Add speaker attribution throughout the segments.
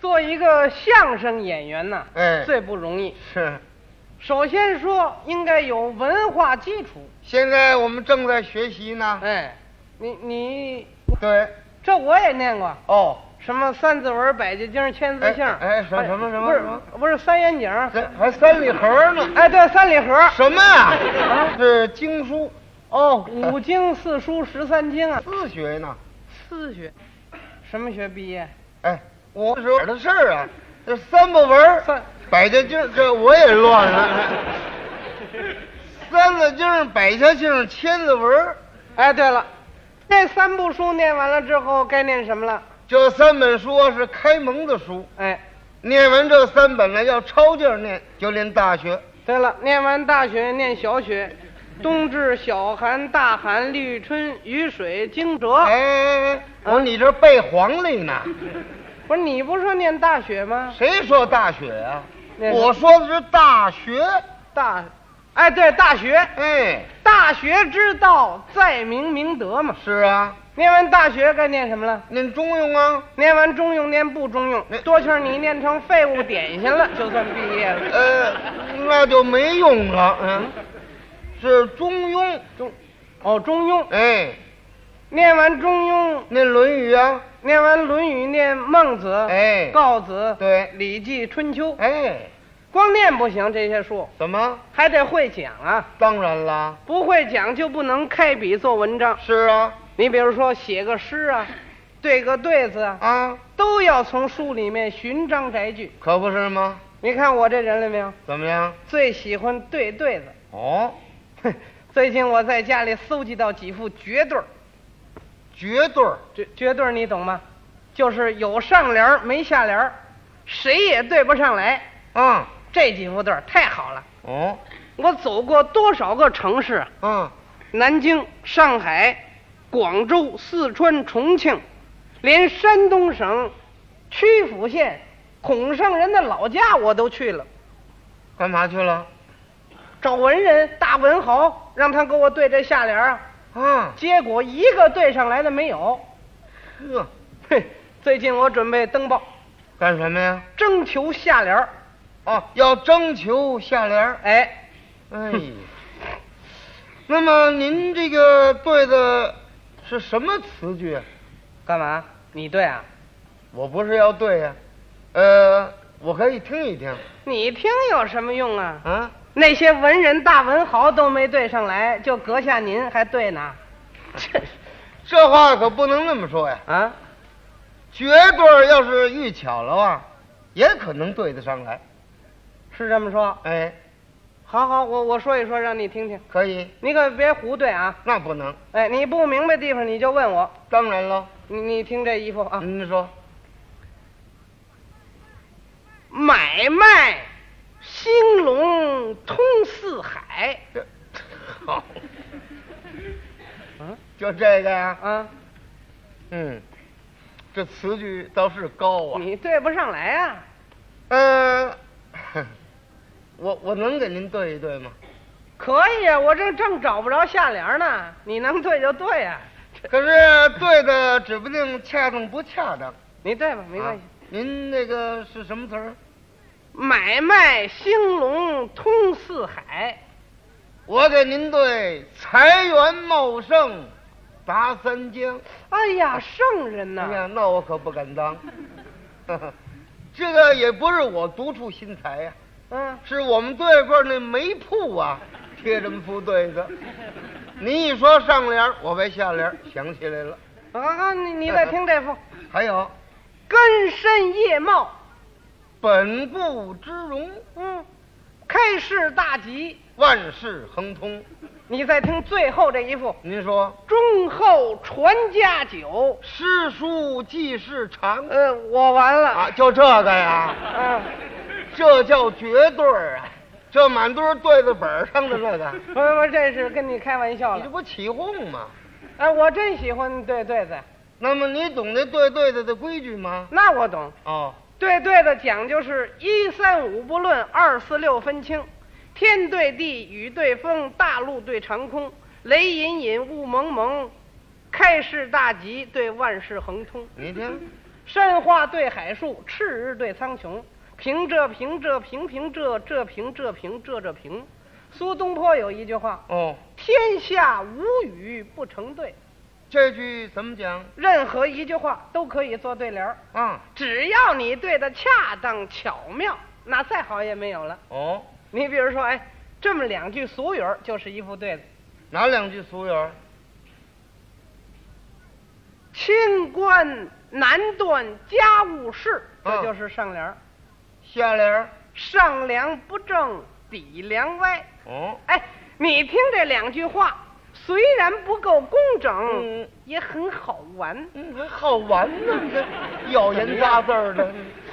Speaker 1: 做一个相声演员呢，最不容易。
Speaker 2: 是。
Speaker 1: 首先说应该有文化基础。
Speaker 2: 现在我们正在学习呢。
Speaker 1: 你
Speaker 2: 对，
Speaker 1: 这我也念过。
Speaker 2: 哦。
Speaker 1: 什么三字文、百家经、千字性？
Speaker 2: 什么？
Speaker 1: 不是三眼井，
Speaker 2: 还三里河呢？
Speaker 1: 对，三里河。
Speaker 2: 什么呀？是经书。
Speaker 1: 哦，5经4书13经啊。
Speaker 2: 4学呢
Speaker 1: ？4学？什么学毕业？
Speaker 2: 我说的事儿啊，这三部文、百家经，这我也乱了。三字经、百家经、千字文。
Speaker 1: 对了，这3部书念完了之后，该念什么了？
Speaker 2: 这3本书是开蒙的书。念完这3本呢，要抄劲儿念，就念大学。
Speaker 1: 对了，念完大学念小学，冬至、小寒、大寒、立春、雨水、惊蛰。
Speaker 2: 你这背黄历呢？
Speaker 1: 不是你不说念大学吗？
Speaker 2: 谁说大学啊？我说的是大学。
Speaker 1: 对，大学。大学之道，在明明德嘛。
Speaker 2: 是啊。
Speaker 1: 念完大学该念什么了？
Speaker 2: 念中庸啊。
Speaker 1: 念完中庸念不中庸，多气儿你念成废物点心了，就算毕业了。
Speaker 2: 那就没用了。是中庸。
Speaker 1: 中庸。念完中庸
Speaker 2: 念论语啊。
Speaker 1: 念完论语念孟子。告子。
Speaker 2: 对。
Speaker 1: 礼记春秋。光念不行，这些书
Speaker 2: 怎么
Speaker 1: 还得会讲啊？
Speaker 2: 当然了，
Speaker 1: 不会讲就不能开笔做文章。
Speaker 2: 是啊。
Speaker 1: 你比如说写个诗啊，对个对子啊，都要从书里面寻章摘句，
Speaker 2: 可不是吗？
Speaker 1: 你看我这人了没有？
Speaker 2: 怎么样？
Speaker 1: 最喜欢对对子。最近我在家里搜集到几副绝对儿。绝对儿你懂吗？就是有上联没下联，谁也对不上来。这几副对儿太好了。我走过多少个城市啊？南京、上海、广州、四川、重庆，连山东省曲阜县孔圣人的老家我都去了。
Speaker 2: 干嘛去了？
Speaker 1: 找文人大文豪，让他给我对这下联啊。结果一个对上来的没有。最近我准备登报。
Speaker 2: 干什么呀？
Speaker 1: 征求下联。
Speaker 2: 要征求下联。那么您这个对的是什么词句？
Speaker 1: 干嘛？你对啊？
Speaker 2: 我不是要对呀。我可以听一听。
Speaker 1: 你听有什么用啊？那些文人大文豪都没对上来，就阁下您还对呢？
Speaker 2: 这话可不能那么说呀。绝对要是遇巧了啊，也可能对得上来。
Speaker 1: 是这么说？好，我说一说，让你听听。
Speaker 2: 可以。
Speaker 1: 你可别胡对啊。
Speaker 2: 那不能。
Speaker 1: 你不明白地方你就问我。
Speaker 2: 当然了。
Speaker 1: 你听这一副啊。
Speaker 2: 您说。
Speaker 1: 买卖兴隆通四海。
Speaker 2: 好。就这个呀。这词句倒是高啊。
Speaker 1: 你对不上来啊。
Speaker 2: 我能给您对一对吗？
Speaker 1: 可以啊，我正找不着下联呢，你能对就对啊。
Speaker 2: 可是对的指不定恰当不恰当。
Speaker 1: 你对吧，没关系。
Speaker 2: 您那个是什么词儿？
Speaker 1: 买卖兴隆通四海。
Speaker 2: 我给您对财源茂盛达三江。
Speaker 1: 哎呀，圣人呐！
Speaker 2: 那我可不敢当。这个也不是我独出心裁呀。是我们对过那煤铺啊贴这么副对子。你一说上联，我为下联想起来了。
Speaker 1: 你再听这副。
Speaker 2: 还有
Speaker 1: 根深叶茂，
Speaker 2: 本部之荣。
Speaker 1: 开市大吉，
Speaker 2: 万事亨通。
Speaker 1: 你再听最后这一副。
Speaker 2: 您说。
Speaker 1: 忠厚传家久，
Speaker 2: 诗书继世长。
Speaker 1: 我完了。
Speaker 2: 就这个呀。这叫绝对啊！这满都是对子本上的这个。
Speaker 1: 不，这是跟你开玩笑了。
Speaker 2: 你这不起哄吗？
Speaker 1: 我真喜欢对对子。
Speaker 2: 那么你懂那对对子的规矩吗？
Speaker 1: 那我懂。对对子讲究是1、3、5不论，2、4、6分清，天对地，雨对风，大陆对长空，雷隐隐，雾蒙蒙，开市大吉，对万事亨通。
Speaker 2: 你听，
Speaker 1: 山花对海树，赤日对苍穹。平仄平仄平平仄，仄平仄平仄仄平。苏东坡有一句话，天下无语不成对。
Speaker 2: 这句怎么讲？
Speaker 1: 任何一句话都可以做对联儿，只要你对的恰当巧妙，那再好也没有了。你比如说，这么2句俗语就是一副对子。
Speaker 2: 哪2句俗语？
Speaker 1: 清官难断家务事，这就是上联。
Speaker 2: 下联？
Speaker 1: 上梁不正底梁歪。你听这2句话，虽然不够工整，也很好玩。
Speaker 2: 还好玩呢，你这咬言扎字的。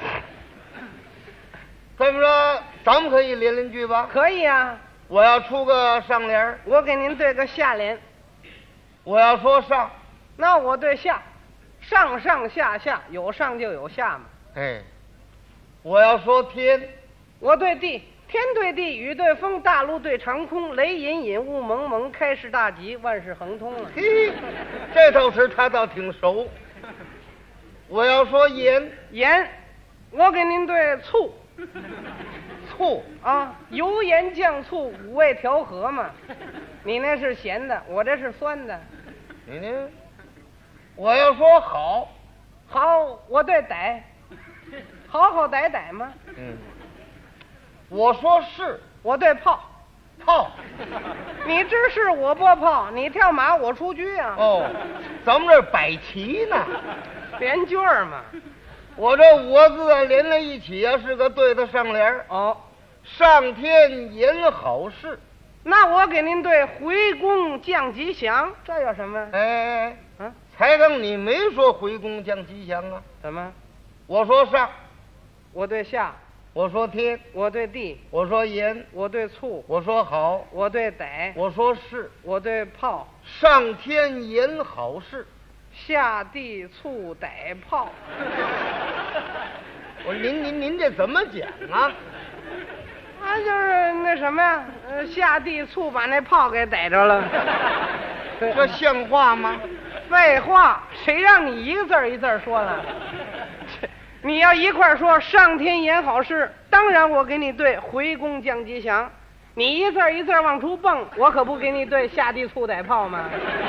Speaker 2: 这么说，咱们可以连句吧？
Speaker 1: 可以啊。
Speaker 2: 我要出个上联，
Speaker 1: 我给您对个下联。
Speaker 2: 我要说上，
Speaker 1: 那我对下，上上下下，有上就有下嘛。
Speaker 2: 我要说天，
Speaker 1: 我对地，天对地，雨对风，大陆对长空，雷隐隐，雾蒙蒙，开市大吉，万事亨通了。
Speaker 2: 这倒是他倒挺熟。我要说盐，
Speaker 1: 盐，我给您对醋。
Speaker 2: 醋
Speaker 1: 啊，油盐酱醋5味调和嘛。你那是咸的，我这是酸的。
Speaker 2: 你呢？我要说好，
Speaker 1: 好，我对歹，好好歹歹嘛。
Speaker 2: 我说是，
Speaker 1: 我对炮，
Speaker 2: 炮。
Speaker 1: 你知是我拨炮，你跳马我出车啊。
Speaker 2: 咱们这摆旗呢，
Speaker 1: 连句儿嘛。
Speaker 2: 我这5个字连在一起啊，是个对的上联。上天言好事。
Speaker 1: 那我给您对回宫降吉祥，这有什么？
Speaker 2: 才刚你没说回宫降吉祥啊？
Speaker 1: 怎么？
Speaker 2: 我说上，
Speaker 1: 我对下，
Speaker 2: 我说天，
Speaker 1: 我对地，
Speaker 2: 我说盐，
Speaker 1: 我对醋，
Speaker 2: 我说好，
Speaker 1: 我对歹，
Speaker 2: 我说是，
Speaker 1: 我对炮。
Speaker 2: 上天言好事，
Speaker 1: 下地醋歹炮。
Speaker 2: 我您这怎么讲啊？
Speaker 1: 就是那什么呀，下地醋把那炮给逮着了。
Speaker 2: 这像话吗？
Speaker 1: 废话，谁让你一个字一字说了？你要一块说上天言好事，当然我给你对回宫降吉祥。你一字一字往出蹦，我可不给你对下地醋逮炮吗？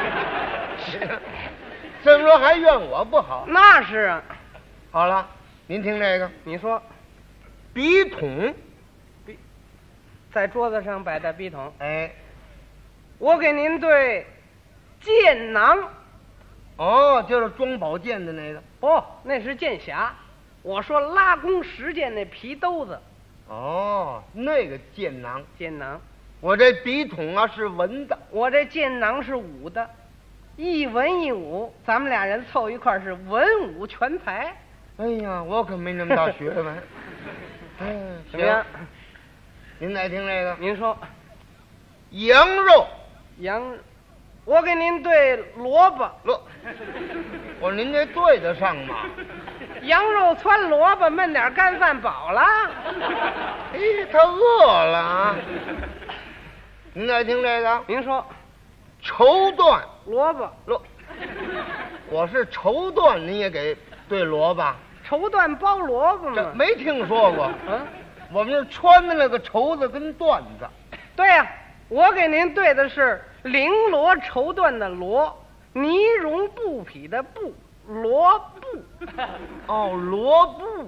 Speaker 2: 这么说还怨我不好？
Speaker 1: 那是啊。
Speaker 2: 好了，您听这个，
Speaker 1: 你说，
Speaker 2: 笔筒，
Speaker 1: 在桌子上摆的笔筒。
Speaker 2: 我
Speaker 1: 给您对剑囊。
Speaker 2: 就是装宝剑的那个。
Speaker 1: 那是剑匣。我说拉弓实剑那皮兜子。
Speaker 2: 那个剑囊。
Speaker 1: 剑囊。
Speaker 2: 我这笔筒啊是文的，
Speaker 1: 我这剑囊是武的，一文一武，咱们俩人凑一块是文武全才。
Speaker 2: 哎呀，我可没那么大学问。
Speaker 1: 怎么样？
Speaker 2: 您爱听这个？
Speaker 1: 您说。
Speaker 2: 羊肉。
Speaker 1: 我给您对萝卜。
Speaker 2: 我说您这对得上吗？
Speaker 1: 羊肉汆萝卜，焖点干饭饱了。
Speaker 2: 他饿了啊。您爱听这个？
Speaker 1: 您说。
Speaker 2: 绸缎。
Speaker 1: 萝卜。
Speaker 2: 我是绸缎，您也给对萝卜。
Speaker 1: 绸缎包萝卜吗？
Speaker 2: 没听说过。我们这穿的那个绸子跟缎子。
Speaker 1: 对呀，我给您对的是绫罗绸缎的罗，呢绒布匹的布，罗布。
Speaker 2: 罗布。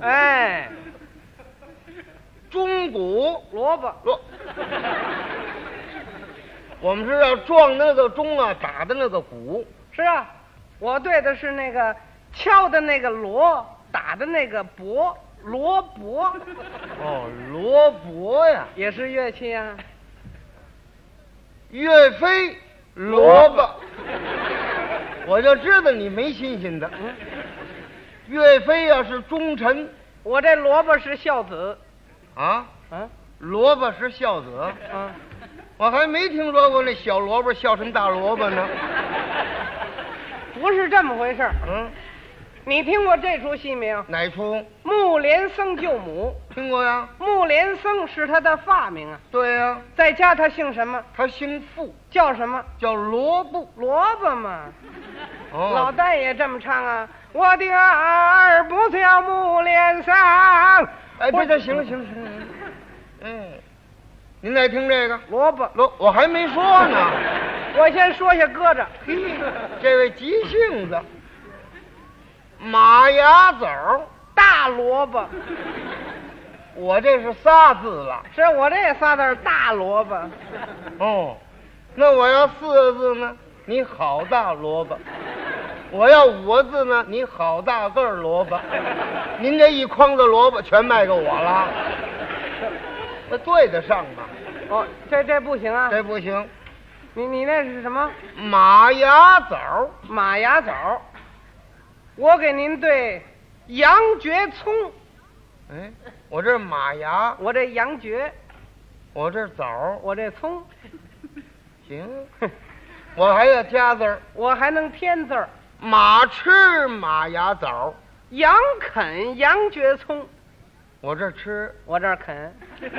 Speaker 2: 钟鼓。
Speaker 1: 萝卜。
Speaker 2: 我们是要撞那个钟啊，打的那个鼓。
Speaker 1: 是啊，我对的是那个敲的那个锣，打的那个钹，罗钹。
Speaker 2: 罗钹呀，
Speaker 1: 也是乐器啊。
Speaker 2: 岳飞，萝卜。我就知道你没新鲜的。岳飞呀是忠臣，
Speaker 1: 我这萝卜是孝子。
Speaker 2: 萝卜是孝子。我还没听说过那小萝卜孝顺大萝卜呢。
Speaker 1: 不是这么回事。你听过这出戏没有？
Speaker 2: 哪出？
Speaker 1: 木莲僧救母。
Speaker 2: 听过呀。
Speaker 1: 木莲僧是他的发明啊。
Speaker 2: 对呀。
Speaker 1: 在家他姓什么？
Speaker 2: 他姓傅。
Speaker 1: 叫什么？
Speaker 2: 叫罗布。
Speaker 1: 萝卜嘛。老旦也这么唱啊。 我的儿不叫木莲上。
Speaker 2: 哎，这行了。您再听这个
Speaker 1: 萝卜，
Speaker 2: 我还没说呢。
Speaker 1: 我先说下搁着。
Speaker 2: 这位急性子，马牙枣，
Speaker 1: 大萝卜。
Speaker 2: 我这是仨字了。
Speaker 1: 是我这仨字大萝卜。
Speaker 2: 哦，那我要4个字呢？你好大萝卜。我要5个字呢？你好大个萝卜。您这一筐子萝卜全卖给我了，那对得上吗？
Speaker 1: 哦，这不行啊。
Speaker 2: 这不行。
Speaker 1: 你那是什么？
Speaker 2: 马牙枣。
Speaker 1: 马牙枣。我给您对羊蕨葱。
Speaker 2: 哎，我这马牙，
Speaker 1: 我这羊蕨，
Speaker 2: 我这枣，
Speaker 1: 我这葱。
Speaker 2: 行，我还要加字儿，
Speaker 1: 我还能添字儿。
Speaker 2: 马吃马牙枣，
Speaker 1: 羊啃羊蕨葱。
Speaker 2: 我这吃，
Speaker 1: 我这啃。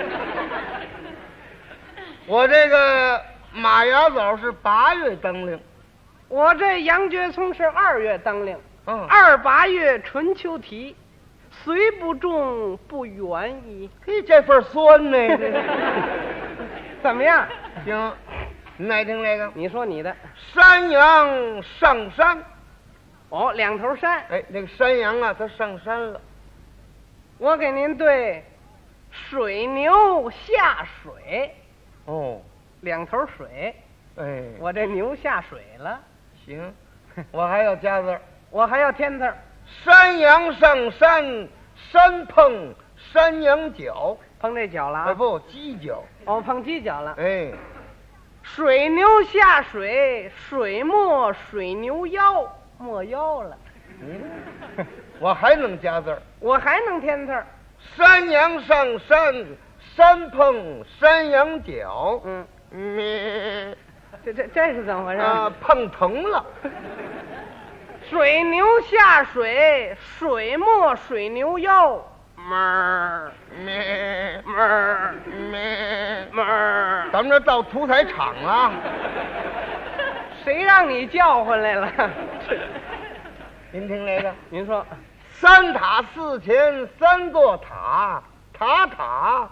Speaker 2: 我这个马牙枣是8月当令，
Speaker 1: 我这羊蕨葱是2月当令。
Speaker 2: 2、
Speaker 1: 8月春秋啼，虽不中不远矣。
Speaker 2: 嘿，这份酸呢？
Speaker 1: 怎么样？
Speaker 2: 行，您爱听这个？
Speaker 1: 你说你的。
Speaker 2: 山羊上山。
Speaker 1: 哦，2头山。
Speaker 2: 哎，那个山羊啊，它上山了。
Speaker 1: 我给您对水牛下水。
Speaker 2: 哦
Speaker 1: ，2头水。
Speaker 2: 哎，
Speaker 1: 我这牛下水了。
Speaker 2: 行，我还要加字儿。
Speaker 1: 我还要添字儿。
Speaker 2: 山羊上山，山碰山羊角。
Speaker 1: 碰这脚了啊？
Speaker 2: 哎不，犄角。
Speaker 1: 哦，碰犄角了。
Speaker 2: 哎，
Speaker 1: 水牛下水，水没水牛腰，没腰了。
Speaker 2: 我还能加字儿。
Speaker 1: 我还能添字儿。
Speaker 2: 山羊上山，山碰山羊角。
Speaker 1: 这是怎么回事？
Speaker 2: 碰疼了。
Speaker 1: 水牛下水，水没水牛腰。哞哞，
Speaker 2: 咱们这到屠宰场了。
Speaker 1: 谁让你叫回来了？
Speaker 2: 您听这个，
Speaker 1: 您说
Speaker 2: 3塔4前3座塔，塔。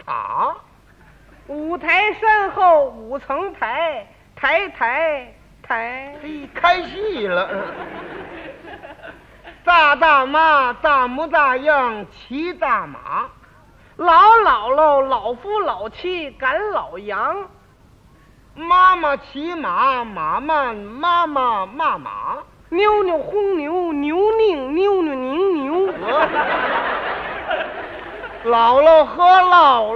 Speaker 1: 5台山后5层台，台。
Speaker 2: 嘿，开戏了。大妈大模大样骑大马，
Speaker 1: 老姥老夫老妻赶老羊，
Speaker 2: 妈妈骑马马慢妈妈骂马，
Speaker 1: 妞妞轰牛牛拧妞妞拧牛，
Speaker 2: 姥姥喝唠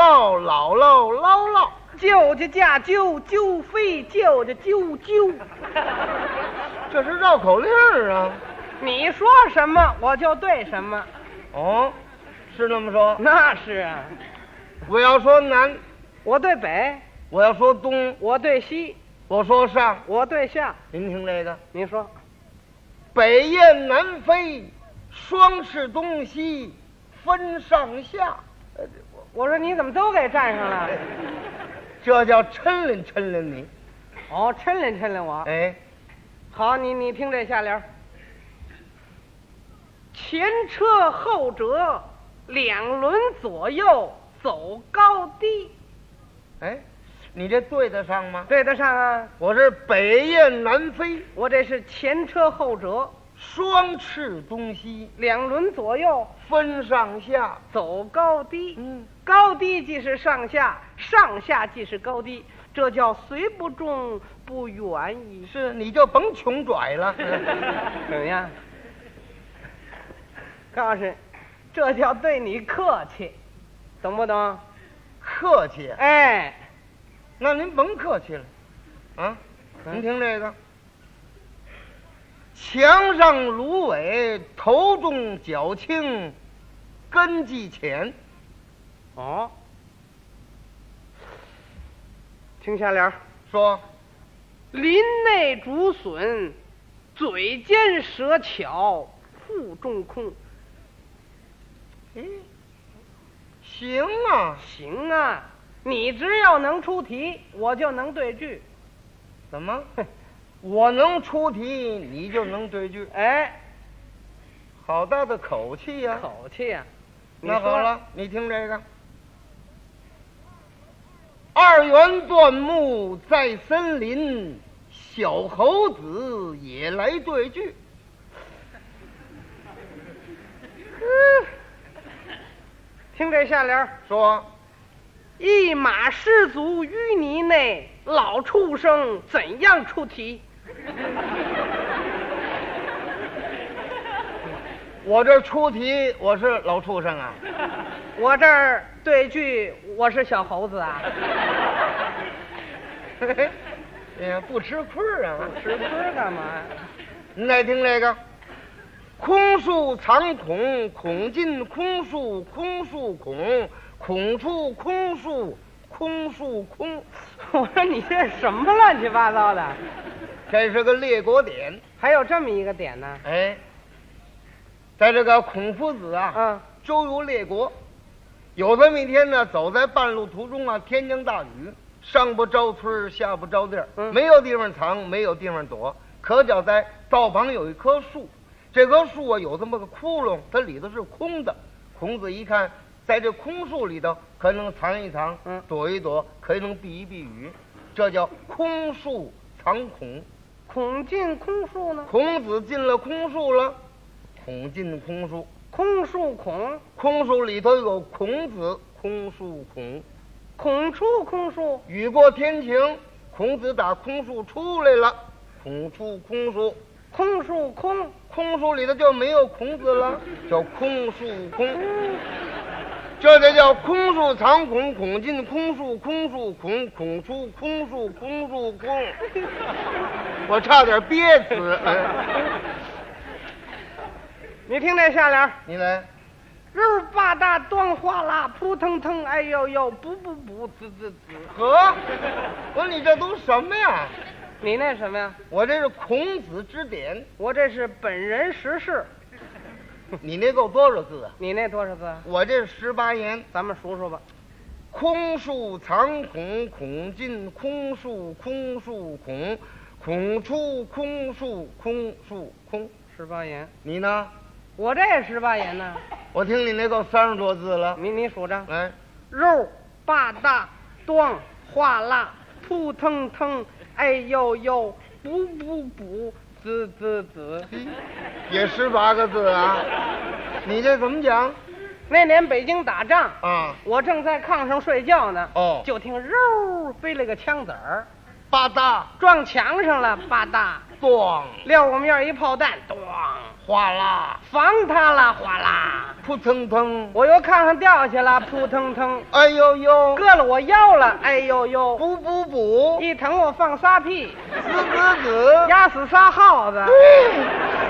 Speaker 2: 唠，
Speaker 1: 舅舅驾啾啾飞舅舅啾啾，
Speaker 2: 这是绕口令啊。
Speaker 1: 你说什么我就对什么。
Speaker 2: 哦，是那么说？
Speaker 1: 那是啊。
Speaker 2: 我要说南，
Speaker 1: 我对北；
Speaker 2: 我要说东，
Speaker 1: 我对西；
Speaker 2: 我说上，
Speaker 1: 我对下。
Speaker 2: 您听这个，
Speaker 1: 您说，
Speaker 2: 北雁南飞，双翅东西分上下。
Speaker 1: 我说你怎么都给占上了？
Speaker 2: 这叫抻练你。
Speaker 1: 哦，抻练我。
Speaker 2: 哎，
Speaker 1: 好，你听这下联。前车后辙，2轮左右走高低。
Speaker 2: 哎，你这对得上吗？
Speaker 1: 对得上啊。
Speaker 2: 我是北雁南飞，
Speaker 1: 我这是前车后辙，
Speaker 2: 双翅东西
Speaker 1: 2轮左右
Speaker 2: 分上下
Speaker 1: 走高低。高低即是上下，上下即是高低，这叫虽不中不远矣。
Speaker 2: 是，你就甭穷拽了。
Speaker 1: 怎么样？告诉你，这叫对你客气，懂不懂？
Speaker 2: 客气。
Speaker 1: 哎，
Speaker 2: 那您甭客气了啊。您听这个，墙上芦苇，头重脚轻，根基浅。
Speaker 1: 哦，听下联
Speaker 2: 说，
Speaker 1: 林内竹笋，嘴尖舌巧，腹中空。
Speaker 2: 行啊，
Speaker 1: 行啊，你只要能出题，我就能对句。
Speaker 2: 怎么？我能出题，你就能对句？
Speaker 1: 哎，
Speaker 2: 好大的口气呀！
Speaker 1: 口气呀！
Speaker 2: 那好了，你听这个。二元断木在森林，小猴子也来对句。
Speaker 1: 听这下联
Speaker 2: 说：
Speaker 1: 一马失足淤泥内，老畜生怎样出题？
Speaker 2: 我这出题我是老畜生啊，
Speaker 1: 我这儿对句我是小猴子啊。
Speaker 2: 不吃亏啊，
Speaker 1: 吃亏干嘛呀？
Speaker 2: 你再听这个。空树藏孔，孔进空树，空树孔，孔出空树，空树空。
Speaker 1: 我说你这什么乱七八糟的？
Speaker 2: 这是个列国典，
Speaker 1: 还有这么一个典呢？
Speaker 2: 哎，在这个孔夫子啊，周游列国，有这么一天呢，走在半路途中啊，天降大雨，上不着村，下不着地儿，没有地方藏，没有地方躲，可脚在道旁有一棵树。这棵树啊有这么个窟窿，它里头是空的。孔子一看，在这空树里头可能藏一藏，躲一躲，可能避一避雨，这叫空树藏孔。
Speaker 1: 孔进空树呢？
Speaker 2: 孔子进了空树了，孔进空树，
Speaker 1: 空树孔，
Speaker 2: 空树里头有孔子，空树孔，
Speaker 1: 孔出空树。
Speaker 2: 雨过天晴，孔子打空树出来了，孔出空树。
Speaker 1: 空树空，
Speaker 2: 空树里头就没有孔子了，叫空树空。这就叫空树藏孔，孔进空树，空树孔，孔出空树，空树空。我差点憋死。
Speaker 1: 你听这下联，
Speaker 2: 你来。
Speaker 1: 肉吧嗒端哗啦，扑腾腾，哎呦呦，补补补，滋滋滋。
Speaker 2: 呵，我说你这都什么呀？
Speaker 1: 你那什么呀？
Speaker 2: 我这是孔子之典，
Speaker 1: 我这是本人实事。
Speaker 2: 你那够多少字啊？
Speaker 1: 你那多少字？
Speaker 2: 我这18言，
Speaker 1: 咱们数数吧。
Speaker 2: 空树藏孔，孔进空树，空树孔，孔出空树，空树空。
Speaker 1: 18言。
Speaker 2: 你呢？
Speaker 1: 我这也18言呢。
Speaker 2: 我听你那够30多字了。
Speaker 1: 你数着。
Speaker 2: 来，
Speaker 1: 肉吧嗒端哗啦，扑腾腾，哎呦呦，补补补，滋滋滋。
Speaker 2: 也18个字啊！你这怎么讲？
Speaker 1: 那年北京打仗
Speaker 2: 啊，
Speaker 1: 我正在炕上睡觉呢，就听肉飞了个枪子儿，
Speaker 2: 吧嗒
Speaker 1: 撞墙上了，吧嗒，
Speaker 2: 咣，
Speaker 1: 撂我面一炮弹，咣，
Speaker 2: 哗啦，
Speaker 1: 防他了，哗啦，
Speaker 2: 扑腾腾，
Speaker 1: 我由炕上掉下去了，扑腾腾，
Speaker 2: 哎呦呦，
Speaker 1: 割了我腰了，哎呦呦，
Speaker 2: 补补补，
Speaker 1: 一疼我放仨屁，
Speaker 2: 滋滋滋，
Speaker 1: 压死仨耗子。